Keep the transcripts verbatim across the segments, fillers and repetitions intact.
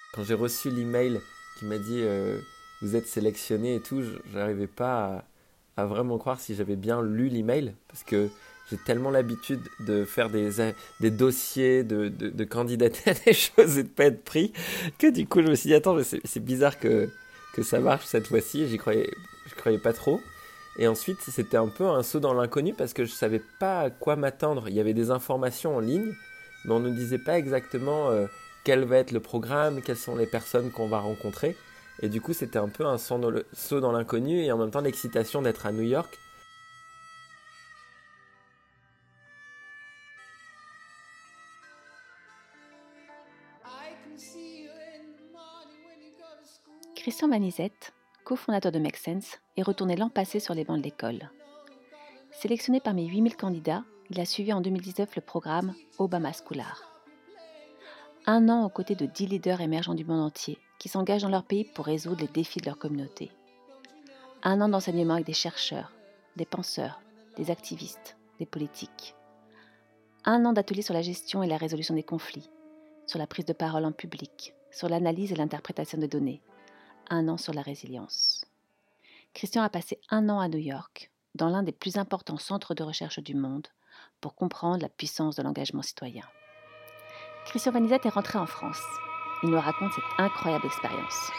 Quand j'ai reçu l'email qui m'a dit euh, vous êtes sélectionné et tout, je n'arrivais pas à, à vraiment croire si j'avais bien lu l'email parce que j'ai tellement l'habitude de faire des, a- des dossiers, de, de, de candidater à des choses et de pas être pris, que du coup je me suis dit attends, mais c'est, c'est bizarre que, que ça marche cette fois-ci. J'y croyais, je croyais pas trop. Et ensuite, c'était un peu un saut dans l'inconnu parce que je savais pas à quoi m'attendre. Il y avait des informations en ligne, mais on ne disait pas exactement euh, quel va être le programme, quelles sont les personnes qu'on va rencontrer. Et du coup, c'était un peu un saut dans le- saut dans l'inconnu et en même temps l'excitation d'être à New York. Christian Vanizette, cofondateur de Make Sense, est retourné l'an passé sur les bancs de l'école. Sélectionné parmi huit mille candidats, il a suivi en deux mille dix-neuf le programme Obama Scholar. Un an aux côtés de dix leaders émergents du monde entier qui s'engagent dans leur pays pour résoudre les défis de leur communauté. Un an d'enseignement avec des chercheurs, des penseurs, des activistes, des politiques. Un an d'ateliers sur la gestion et la résolution des conflits, sur la prise de parole en public, sur l'analyse et l'interprétation des données. Un an sur la résilience. Christian a passé un an à New York, dans l'un des plus importants centres de recherche du monde, pour comprendre la puissance de l'engagement citoyen. Christian Vanizette est rentré en France. Il nous raconte cette incroyable expérience.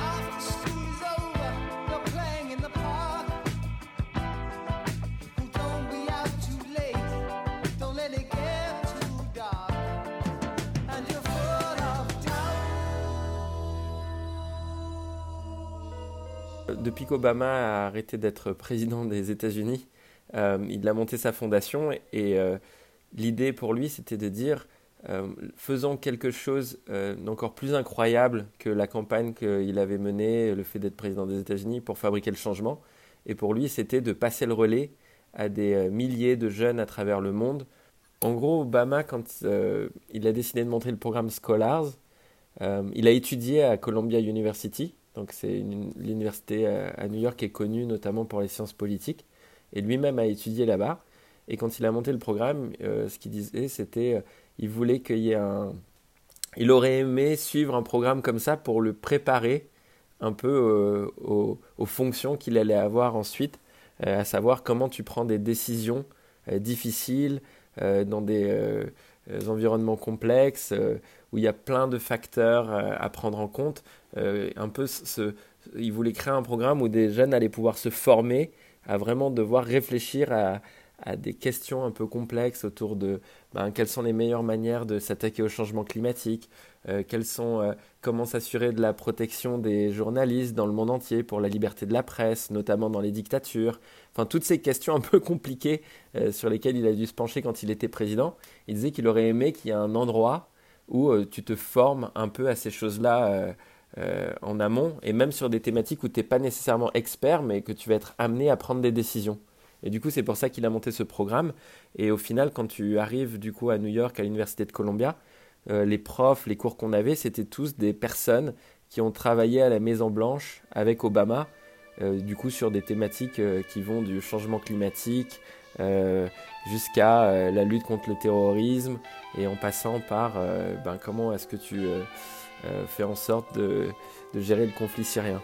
Depuis qu'Obama a arrêté d'être président des États-Unis, euh, il a monté sa fondation et, et, euh, l'idée pour lui, c'était de dire euh, faisons quelque chose euh, d'encore plus incroyable que la campagne qu'il avait menée, le fait d'être président des États-Unis pour fabriquer le changement. Et pour lui, c'était de passer le relais à des euh, milliers de jeunes à travers le monde. En gros, Obama, quand euh, il a décidé de montrer le programme Scholars, euh, il a étudié à Columbia University, donc c'est une, l'université à, à New York qui est connue notamment pour les sciences politiques, et lui-même a étudié là-bas. Et quand il a monté le programme, euh, ce qu'il disait, c'était euh, il voulait qu'il y ait un, il aurait aimé suivre un programme comme ça pour le préparer un peu euh, aux, aux fonctions qu'il allait avoir ensuite, euh, à savoir comment tu prends des décisions euh, difficiles euh, dans des euh, euh, environnements complexes euh, où il y a plein de facteurs euh, à prendre en compte. Euh, un peu ce, il voulait créer un programme où des jeunes allaient pouvoir se former à vraiment devoir réfléchir à, à des questions un peu complexes autour de ben, quelles sont les meilleures manières de s'attaquer au changement climatique, euh, quelles sont, euh, comment s'assurer de la protection des journalistes dans le monde entier pour la liberté de la presse, notamment dans les dictatures. Enfin, toutes ces questions un peu compliquées euh, sur lesquelles il a dû se pencher quand il était président. Il disait qu'il aurait aimé qu'il y ait un endroit où euh, tu te formes un peu à ces choses-là euh, euh, en amont, et même sur des thématiques où tu n'es pas nécessairement expert, mais que tu vas être amené à prendre des décisions. Et du coup, c'est pour ça qu'il a monté ce programme. Et au final, quand tu arrives du coup à New York, à l'université de Columbia, euh, les profs, les cours qu'on avait, c'était tous des personnes qui ont travaillé à la Maison Blanche avec Obama, euh, du coup sur des thématiques euh, qui vont du changement climatique euh, jusqu'à euh, la lutte contre le terrorisme, et en passant par euh, ben, comment est-ce que tu euh, euh, fais en sorte de, de gérer le conflit syrien.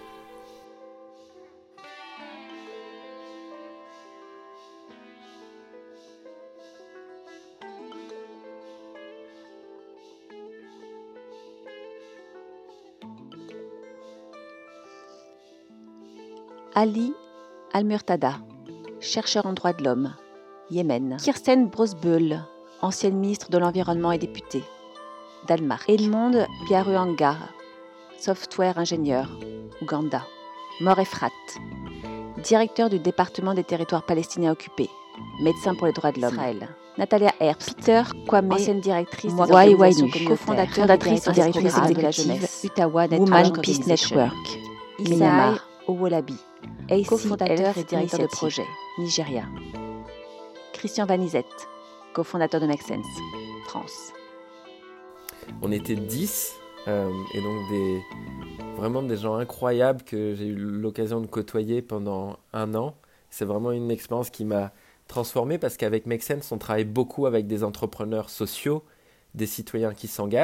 Ali Al-Murtada, chercheur en droits de l'homme, Yémen. Kirsten Brosbøl, ancienne ministre de l'Environnement et députée, Danemark. Edmond Biaruanga, software ingénieur, Ouganda. Mor Efrat, directeur du département des territoires palestiniens occupés, médecin pour les droits de l'homme, Israël. Natalia Herbst, Peter Kwame, ancienne directrice des organisations communautaires, cofondatrice et directrice exécutive, Utawa Women Peace Network, Isai Owolabi, cofondateur et directeur de projet, Nigeria. Christian Vanizette, cofondateur de Make Sense, France. On était dix, euh, et donc des, vraiment des gens incroyables que j'ai eu l'occasion de côtoyer pendant un an. C'est vraiment une expérience qui m'a transformé parce qu'avec Make Sense, on travaille beaucoup avec des entrepreneurs sociaux, des citoyens qui s'engagent.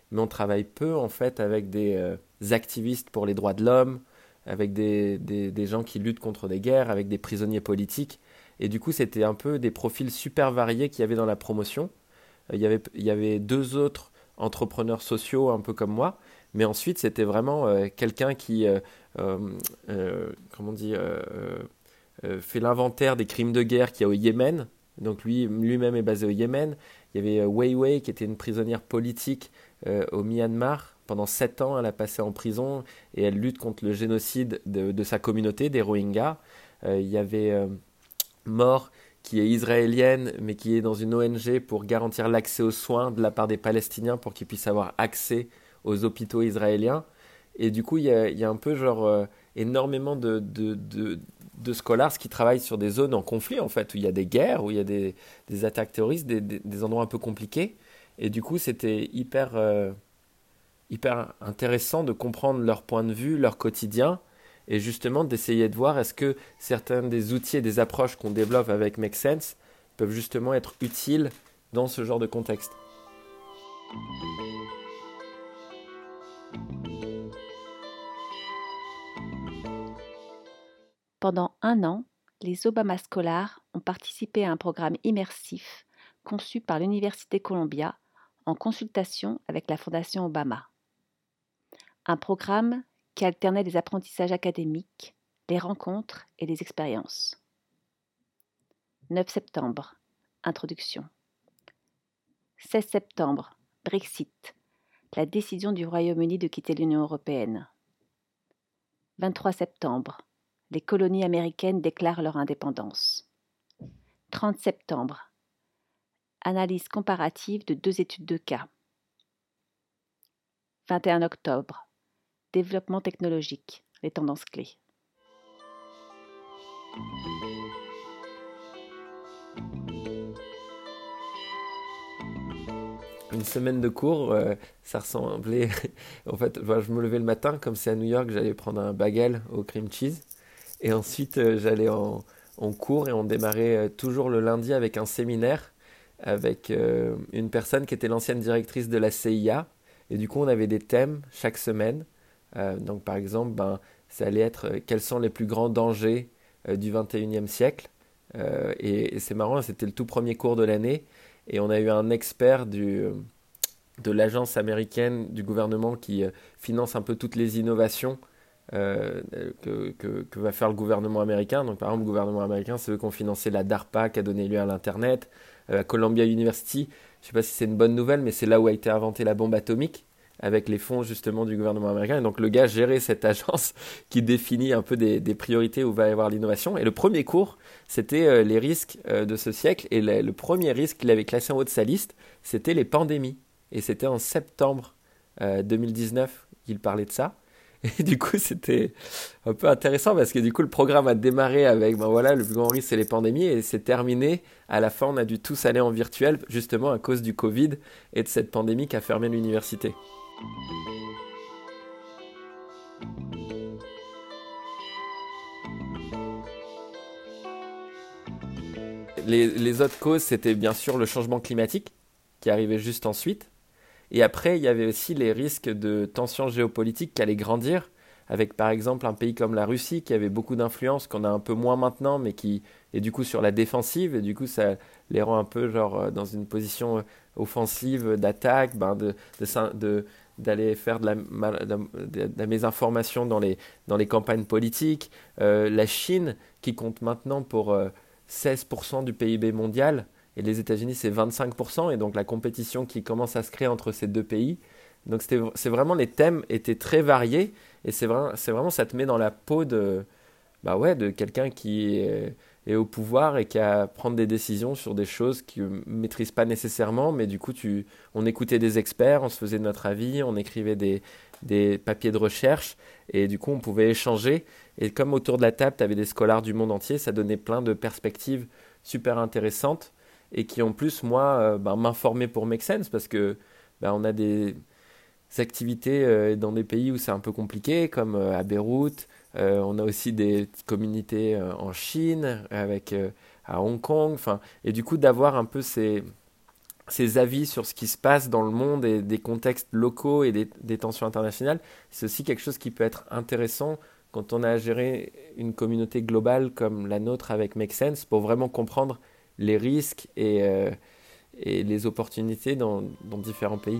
mais on travaille peu en fait avec des euh, activistes pour les droits de l'homme, avec des, des, des gens qui luttent contre des guerres, avec des prisonniers politiques. Et du coup, c'était un peu des profils super variés qu'il y avait dans la promotion. Euh, il y avait, il y avait deux autres entrepreneurs sociaux un peu comme moi, mais ensuite c'était vraiment euh, quelqu'un qui, euh, euh, euh, comment on dit, euh, euh, fait l'inventaire des crimes de guerre qu'il y a au Yémen. Donc lui, lui-même est basé au Yémen. Il y avait euh, Wei Wei qui était une prisonnière politique euh, au Myanmar. Pendant sept ans, elle a passé en prison et elle lutte contre le génocide de, de sa communauté, des Rohingyas. Euh, il y avait euh, Mort, qui est israélienne, mais qui est dans une O N G pour garantir l'accès aux soins de la part des Palestiniens pour qu'ils puissent avoir accès aux hôpitaux israéliens. Et du coup, il y a, il y a un peu genre euh, énormément de, de, de, de scholars qui travaillent sur des zones en conflit, en fait, où il y a des guerres, où il y a des, des attaques terroristes, des, des, des endroits un peu compliqués. Et du coup, c'était hyper, euh, hyper intéressant de comprendre leur point de vue, leur quotidien, et justement d'essayer de voir est-ce que certains des outils et des approches qu'on développe avec Make Sense peuvent justement être utiles dans ce genre de contexte. Pendant un an, les Obama Scholars ont participé à un programme immersif conçu par l'Université Columbia en consultation avec la Fondation Obama. Un programme qui alternait les apprentissages académiques, les rencontres et les expériences. neuf septembre, introduction. seize septembre, Brexit, la décision du Royaume-Uni de quitter l'Union européenne. vingt-trois septembre, les colonies américaines déclarent leur indépendance. trente septembre, analyse comparative de deux études de cas. vingt et un octobre, développement technologique, les tendances clés. Une semaine de cours, euh, ça ressemblait. En fait, voilà, je me levais le matin, comme c'est à New York, j'allais prendre un bagel au cream cheese. Et ensuite, euh, j'allais en, en cours et on démarrait euh, toujours le lundi avec un séminaire avec euh, une personne qui était l'ancienne directrice de la C I A. Et du coup, on avait des thèmes chaque semaine. Euh, donc, par exemple, ben, ça allait être euh, quels sont les plus grands dangers euh, du vingt et unième siècle. Euh, et, et c'est marrant, c'était le tout premier cours de l'année. Et on a eu un expert du, de l'agence américaine du gouvernement qui euh, finance un peu toutes les innovations euh, que, que, que va faire le gouvernement américain. Donc, par exemple, le gouvernement américain, c'est eux qui ont financé la DARPA qui a donné lieu à l'Internet, euh, à Columbia University. Je ne sais pas si c'est une bonne nouvelle, mais c'est là où a été inventée la bombe atomique avec les fonds justement du gouvernement américain. Et donc, le gars gérait cette agence qui définit un peu des, des priorités où va y avoir l'innovation. Et le premier cours, c'était euh, les risques euh, de ce siècle. Et le, le premier risque qu'il avait classé en haut de sa liste, c'était les pandémies. Et c'était en septembre euh, deux mille dix-neuf qu'il parlait de ça. Et du coup, c'était un peu intéressant parce que du coup, le programme a démarré avec, ben voilà, le plus grand risque, c'est les pandémies et c'est terminé. À la fin, on a dû tous aller en virtuel justement à cause du Covid et de cette pandémie qui a fermé l'université. Les, les autres causes, c'était bien sûr le changement climatique qui arrivait juste ensuite. Et après, il y avait aussi les risques de tensions géopolitiques qui allaient grandir, avec par exemple un pays comme la Russie qui avait beaucoup d'influence, qu'on a un peu moins maintenant, mais qui est du coup sur la défensive, et du coup ça les rend un peu genre dans une position offensive, d'attaque, ben de, de, de, d'aller faire de la, de la mésinformation dans les, dans les campagnes politiques. Euh, la Chine, qui compte maintenant pour euh, seize pour cent du P I B mondial, et les États-Unis, c'est vingt-cinq pour cent, et donc la compétition qui commence à se créer entre ces deux pays. Donc c'était, c'est vraiment, les thèmes étaient très variés, et c'est, vrai, c'est vraiment, ça te met dans la peau de, bah ouais, de quelqu'un qui est, est au pouvoir et qui a à prendre des décisions sur des choses qu'il ne maîtrise pas nécessairement, mais du coup, tu, on écoutait des experts, on se faisait notre avis, on écrivait des, des papiers de recherche, et du coup, on pouvait échanger. Et comme autour de la table, tu avais des scholars du monde entier, ça donnait plein de perspectives super intéressantes, et qui en plus, moi, euh, ben, m'informer pour Make Sense, parce que ben, on a des activités euh, dans des pays où c'est un peu compliqué, comme euh, à Beyrouth. Euh, on a aussi des communautés euh, en Chine, avec, euh, à Hong Kong. Et du coup, d'avoir un peu ces, ses avis sur ce qui se passe dans le monde et des contextes locaux et des, des tensions internationales. C'est aussi quelque chose qui peut être intéressant quand on a à gérer une communauté globale comme la nôtre avec Make Sense, pour vraiment comprendre les risques et, euh, et les opportunités dans, dans différents pays.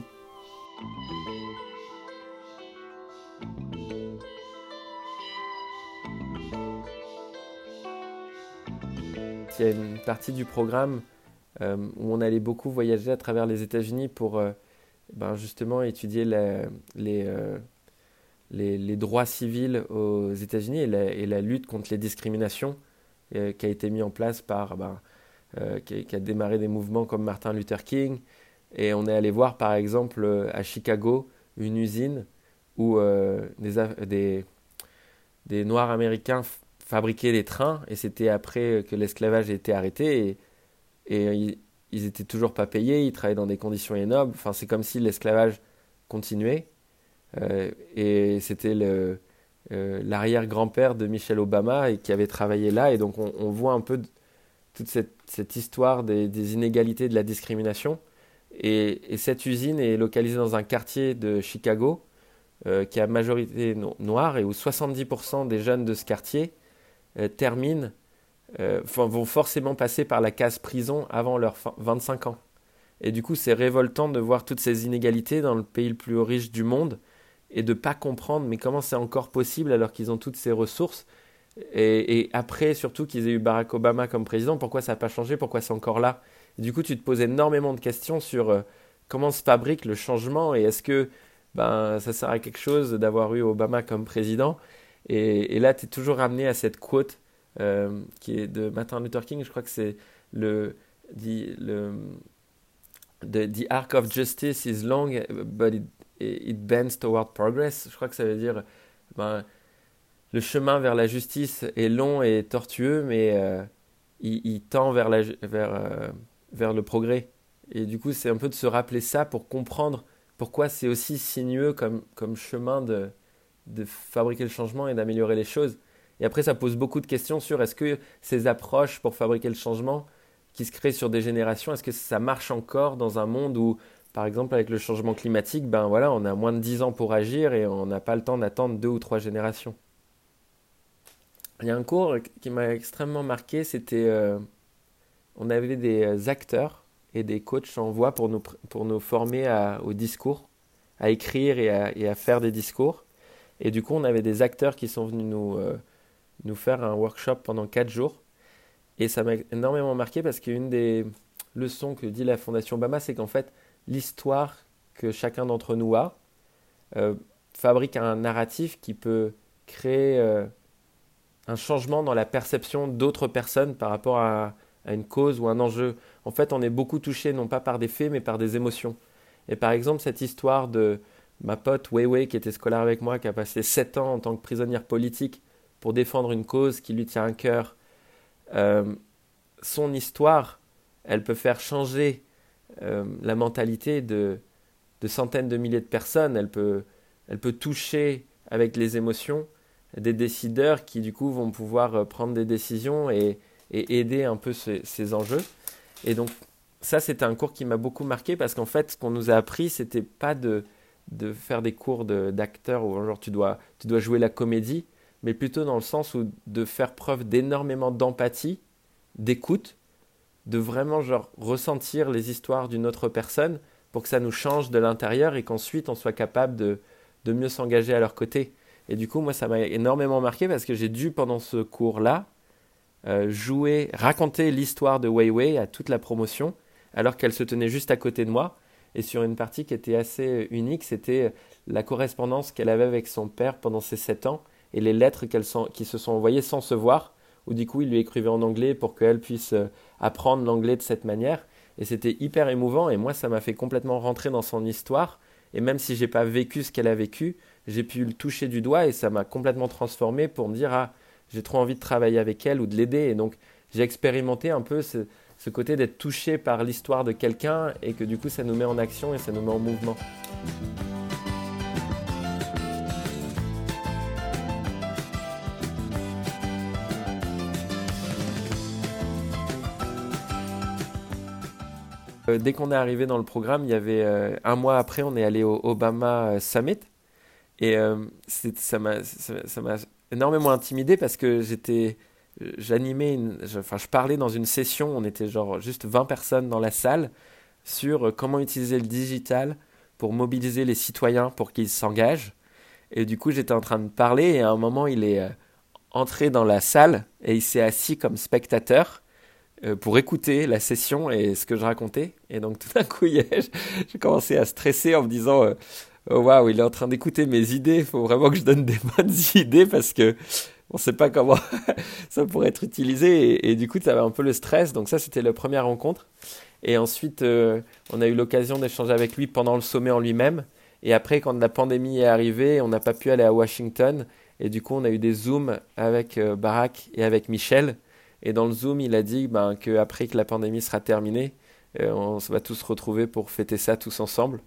Il y a une partie du programme euh, où on allait beaucoup voyager à travers les États-Unis pour euh, ben justement étudier la, les, euh, les, les droits civils aux États-Unis et la, et la lutte contre les discriminations euh, qui a été mise en place par, ben, euh, qui, qui a démarré des mouvements comme Martin Luther King. Et on est allé voir par exemple à Chicago une usine où euh, des, des, des Noirs américains f- fabriquaient des trains, et c'était après que l'esclavage a été arrêté, et, et ils, ils étaient toujours pas payés, ils travaillaient dans des conditions ignobles. Enfin, c'est comme si l'esclavage continuait. Euh, et c'était le, euh, l'arrière-grand-père de Michelle Obama et qui avait travaillé là, et donc on, on voit un peu toute cette, cette histoire des, des inégalités, de la discrimination. Et, et cette usine est localisée dans un quartier de Chicago euh, qui a majorité no- noire, et où soixante-dix pour cent des jeunes de ce quartier euh, terminent, euh, vont forcément passer par la case prison avant leurs vingt-cinq ans. Et du coup, c'est révoltant de voir toutes ces inégalités dans le pays le plus riche du monde et de ne pas comprendre mais comment c'est encore possible alors qu'ils ont toutes ces ressources. Et, et après, surtout qu'ils aient eu Barack Obama comme président, pourquoi ça n'a pas changé, pourquoi c'est encore là. Et du coup, tu te poses énormément de questions sur euh, comment se fabrique le changement, et est-ce que ben, ça sert à quelque chose d'avoir eu Obama comme président. Et, et là, tu es toujours ramené à cette quote euh, qui est de Martin Luther King, je crois que c'est le, dit, le the, the arc of justice is long, but it, it bends toward progress. Je crois que ça veut dire ben, le chemin vers la justice est long et tortueux, mais euh, il, il tend vers, la, vers, euh, vers le progrès. Et du coup, c'est un peu de se rappeler ça pour comprendre pourquoi c'est aussi sinueux comme, comme chemin de, de fabriquer le changement et d'améliorer les choses. Et après, ça pose beaucoup de questions sur est-ce que ces approches pour fabriquer le changement qui se créent sur des générations, est-ce que ça marche encore dans un monde où, par exemple, avec le changement climatique, ben voilà, on a moins de dix ans pour agir et on n'a pas le temps d'attendre deux ou trois générations. Il y a un cours qui m'a extrêmement marqué, c'était, euh, on avait des acteurs et des coachs en voix pour nous, pour nous former à, au discours, à écrire et à, et à faire des discours. Et du coup, on avait des acteurs qui sont venus nous, euh, nous faire un workshop pendant quatre jours. Et ça m'a énormément marqué parce qu'une des leçons que dit la Fondation Obama, c'est qu'en fait, l'histoire que chacun d'entre nous a euh, fabrique un narratif qui peut créer euh, un changement dans la perception d'autres personnes par rapport à, à une cause ou un enjeu. En fait, on est beaucoup touché non pas par des faits, mais par des émotions. Et par exemple, cette histoire de ma pote Weiwei, qui était scolaire avec moi, qui a passé sept ans en tant que prisonnière politique pour défendre une cause qui lui tient à cœur, euh, son histoire, elle peut faire changer euh, la mentalité de, de centaines de milliers de personnes. Elle peut, elle peut toucher avec les émotions des décideurs qui du coup vont pouvoir prendre des décisions et, et aider un peu ces, ces enjeux. Et donc ça, c'était un cours qui m'a beaucoup marqué parce qu'en fait, ce qu'on nous a appris, c'était pas de, de faire des cours de, d'acteurs où genre tu dois, tu dois jouer la comédie, mais plutôt dans le sens où de faire preuve d'énormément d'empathie, d'écoute, de vraiment genre ressentir les histoires d'une autre personne pour que ça nous change de l'intérieur et qu'ensuite on soit capable de, de mieux s'engager à leur côté. Et du coup, moi, ça m'a énormément marqué parce que j'ai dû, pendant ce cours-là, euh, jouer, raconter l'histoire de Weiwei à toute la promotion, alors qu'elle se tenait juste à côté de moi. Et sur une partie qui était assez unique, c'était la correspondance qu'elle avait avec son père pendant ses sept ans et les lettres qu'elles sont, qui se sont envoyées sans se voir, où du coup, il lui écrivait en anglais pour qu'elle puisse euh, apprendre l'anglais de cette manière. Et c'était hyper émouvant, et moi, ça m'a fait complètement rentrer dans son histoire. Et même si je n'ai pas vécu ce qu'elle a vécu, j'ai pu le toucher du doigt et ça m'a complètement transformé pour me dire « Ah, j'ai trop envie de travailler avec elle ou de l'aider ». Et donc, j'ai expérimenté un peu ce, ce côté d'être touché par l'histoire de quelqu'un et que du coup, ça nous met en action et ça nous met en mouvement. Euh, dès qu'on est arrivé dans le programme, il y avait euh, un mois après, on est allé au Obama euh, Summit. Et euh, c'est- ça m'a ça, ça m'a énormément intimidé parce que j'étais, j'animais, une- je, enfin, je parlais dans une session, on était genre juste vingt personnes dans la salle, sur euh, comment utiliser le digital pour mobiliser les citoyens pour qu'ils s'engagent. Et du coup, j'étais en train de parler et à un moment, il est euh, entré dans la salle et il s'est assis comme spectateur euh, pour écouter la session et ce que je racontais. Et donc tout d'un coup, il y a- j'ai commencé à stresser en me disant euh, oh, waouh, il est en train d'écouter mes idées, il faut vraiment que je donne des bonnes idées parce que on ne sait pas comment ça pourrait être utilisé. Et, et du coup, ça avait un peu le stress. Donc ça, c'était la première rencontre. Et ensuite, euh, on a eu l'occasion d'échanger avec lui pendant le sommet en lui-même. Et après, quand la pandémie est arrivée, on n'a pas pu aller à Washington. Et du coup, on a eu des Zooms avec euh, Barack et avec Michel. Et dans le Zoom, il a dit ben, qu'après que la pandémie sera terminée, euh, on va tous se retrouver pour fêter ça tous ensemble.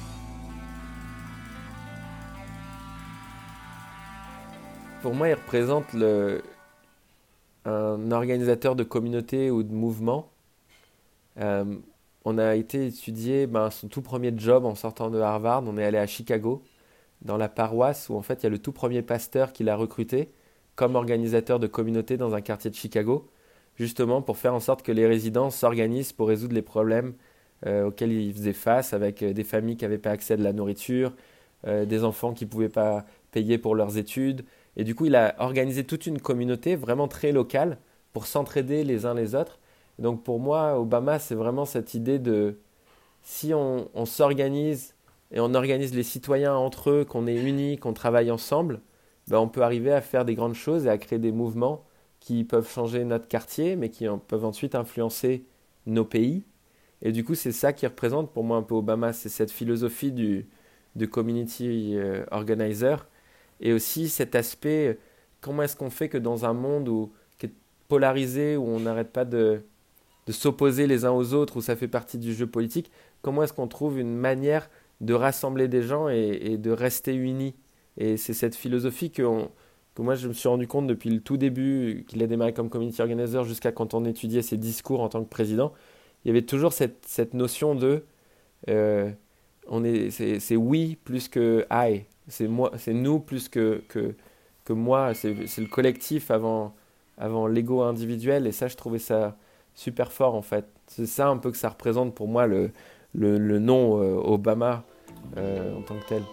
Pour moi, il représente le, un organisateur de communauté ou de mouvement. Euh, on a été étudier ben, son tout premier job en sortant de Harvard. On est allé à Chicago, dans la paroisse où en fait il y a le tout premier pasteur qu'il a recruté comme organisateur de communauté dans un quartier de Chicago, justement pour faire en sorte que les résidents s'organisent pour résoudre les problèmes euh, auxquels ils faisaient face, avec euh, des familles qui n'avaient pas accès à de la nourriture, euh, des enfants qui ne pouvaient pas payer pour leurs études. Et du coup, il a organisé toute une communauté vraiment très locale pour s'entraider les uns les autres. Et donc pour moi, Obama, c'est vraiment cette idée de si on, on s'organise et on organise les citoyens entre eux, qu'on est unis, qu'on travaille ensemble, ben on peut arriver à faire des grandes choses et à créer des mouvements qui peuvent changer notre quartier, mais qui en- peuvent ensuite influencer nos pays. Et du coup, c'est ça qui représente pour moi un peu Obama, c'est cette philosophie du, de community euh, organizer et aussi cet aspect, euh, comment est-ce qu'on fait que dans un monde où, qui est polarisé, où on n'arrête pas de, de s'opposer les uns aux autres, où ça fait partie du jeu politique, comment est-ce qu'on trouve une manière de rassembler des gens et, et de rester unis. Et c'est cette philosophie que, on- que moi je me suis rendu compte depuis le tout début, qu'il a démarré comme community organizer jusqu'à quand on étudiait ses discours en tant que président. Il y avait toujours cette, cette notion de euh, on est, c'est, c'est oui plus que I, c'est moi, c'est nous plus que, que, que moi, c'est, c'est le collectif avant, avant l'ego individuel, et ça, je trouvais ça super fort en fait. C'est ça un peu que ça représente pour moi le, le, le nom euh, Obama euh, en tant que tel.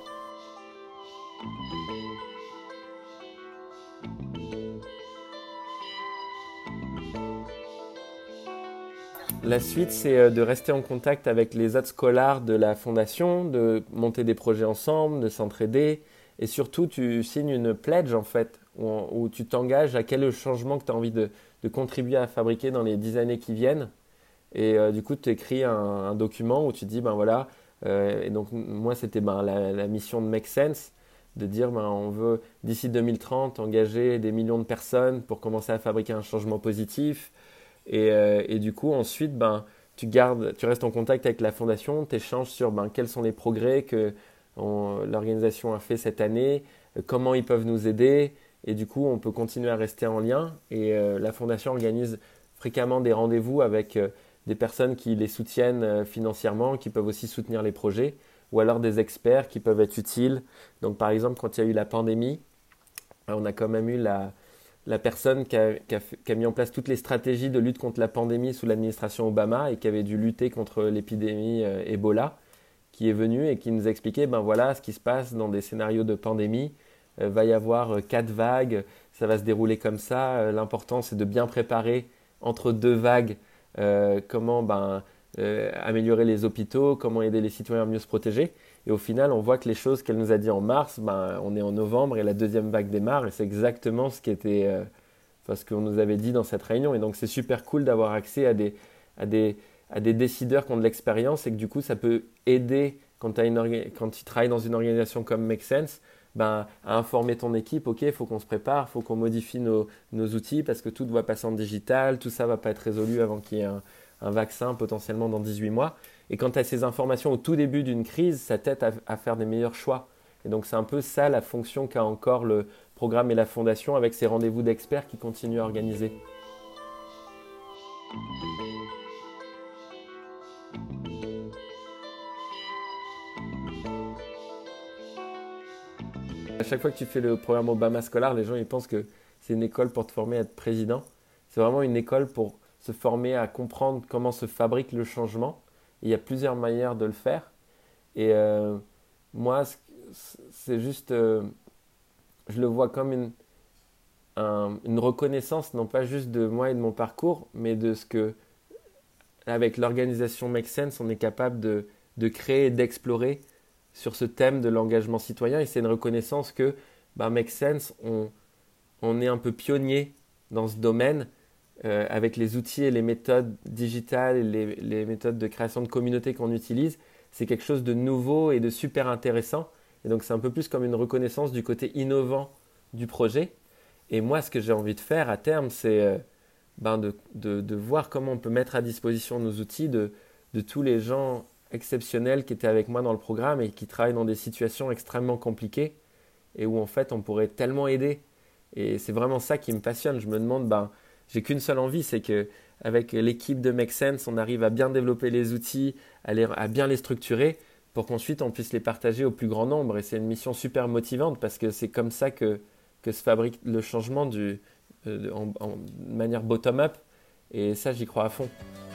La suite, c'est euh, de rester en contact avec les autres scolaires de la fondation, de monter des projets ensemble, de s'entraider. Et surtout, tu signes une pledge, en fait, où, où tu t'engages à quel est le changement que tu as envie de, de contribuer à fabriquer dans les dix années qui viennent. Et euh, du coup, tu écris un, un document où tu dis, ben voilà, euh, et donc moi, c'était ben, la, la mission de Make Sense, de dire, ben, on veut, d'ici deux mille trente, engager des millions de personnes pour commencer à fabriquer un changement positif. Et, euh, et du coup, ensuite, ben, tu gardes, tu restes en contact avec la fondation, tu échanges sur ben, quels sont les progrès que on- l'organisation a fait cette année, euh, comment ils peuvent nous aider. Et du coup, on peut continuer à rester en lien. Et euh, la fondation organise fréquemment des rendez-vous avec euh, des personnes qui les soutiennent euh, financièrement, qui peuvent aussi soutenir les projets, ou alors des experts qui peuvent être utiles. Donc, par exemple, quand il y a eu la pandémie, on a quand même eu la, la personne qui a, qui a fait- qui a mis en place toutes les stratégies de lutte contre la pandémie sous l'administration Obama et qui avait dû lutter contre l'épidémie euh, Ebola, qui est venue et qui nous a expliqué, ben voilà ce qui se passe dans des scénarios de pandémie. Il va y avoir euh, quatre vagues, ça va se dérouler comme ça. Euh, L'important, c'est de bien préparer entre deux vagues euh, comment ben, euh, améliorer les hôpitaux, comment aider les citoyens à mieux se protéger. Et au final, on voit que les choses qu'elle nous a dit en mars, ben, on est en novembre et la deuxième vague démarre. Et c'est exactement ce qui était, euh, enfin, ce qu'on nous avait dit dans cette réunion. Et donc, c'est super cool d'avoir accès à des, à des, à des décideurs qui ont de l'expérience et que du coup, ça peut aider quand, t'as une orga- quand tu travailles dans une organisation comme Make Sense, ben, à informer ton équipe, ok, il faut qu'on se prépare, il faut qu'on modifie nos, nos outils parce que tout doit passer en digital, tout ça ne va pas être résolu avant qu'il y ait un, un vaccin potentiellement dans dix-huit mois. Et quand tu as ces informations au tout début d'une crise, ça t'aide à, à faire des meilleurs choix. Et donc c'est un peu ça la fonction qu'a encore le programme et la fondation avec ces rendez-vous d'experts qui continuent à organiser. À chaque fois que tu fais le programme Obama Scholar, les gens ils pensent que c'est une école pour te former à être président. C'est vraiment une école pour se former à comprendre comment se fabrique le changement. Et il y a plusieurs manières de le faire. Et euh, moi, c'est juste, euh, je le vois comme une, un- une reconnaissance, non pas juste de moi et de mon parcours, mais de ce que, avec l'organisation Make Sense, on est capable de, de créer et d'explorer sur ce thème de l'engagement citoyen. Et c'est une reconnaissance que, bah, Make Sense, on, on est un peu pionnier dans ce domaine euh, avec les outils et les méthodes digitales et les, les méthodes de création de communauté qu'on utilise. C'est quelque chose de nouveau et de super intéressant. Et donc, c'est un peu plus comme une reconnaissance du côté innovant du projet. Et moi, ce que j'ai envie de faire à terme, c'est euh, ben de, de, de voir comment on peut mettre à disposition nos outils de, de tous les gens exceptionnels qui étaient avec moi dans le programme et qui travaillent dans des situations extrêmement compliquées et où en fait on pourrait tellement aider. Et c'est vraiment ça qui me passionne. Je me demande, ben, j'ai qu'une seule envie, c'est que avec l'équipe de Make Sense, on arrive à bien développer les outils, à, les, à bien les structurer pour qu'ensuite on puisse les partager au plus grand nombre. Et c'est une mission super motivante parce que c'est comme ça que, que se fabrique le changement du, euh, en, en manière bottom-up. Et ça, j'y crois à fond.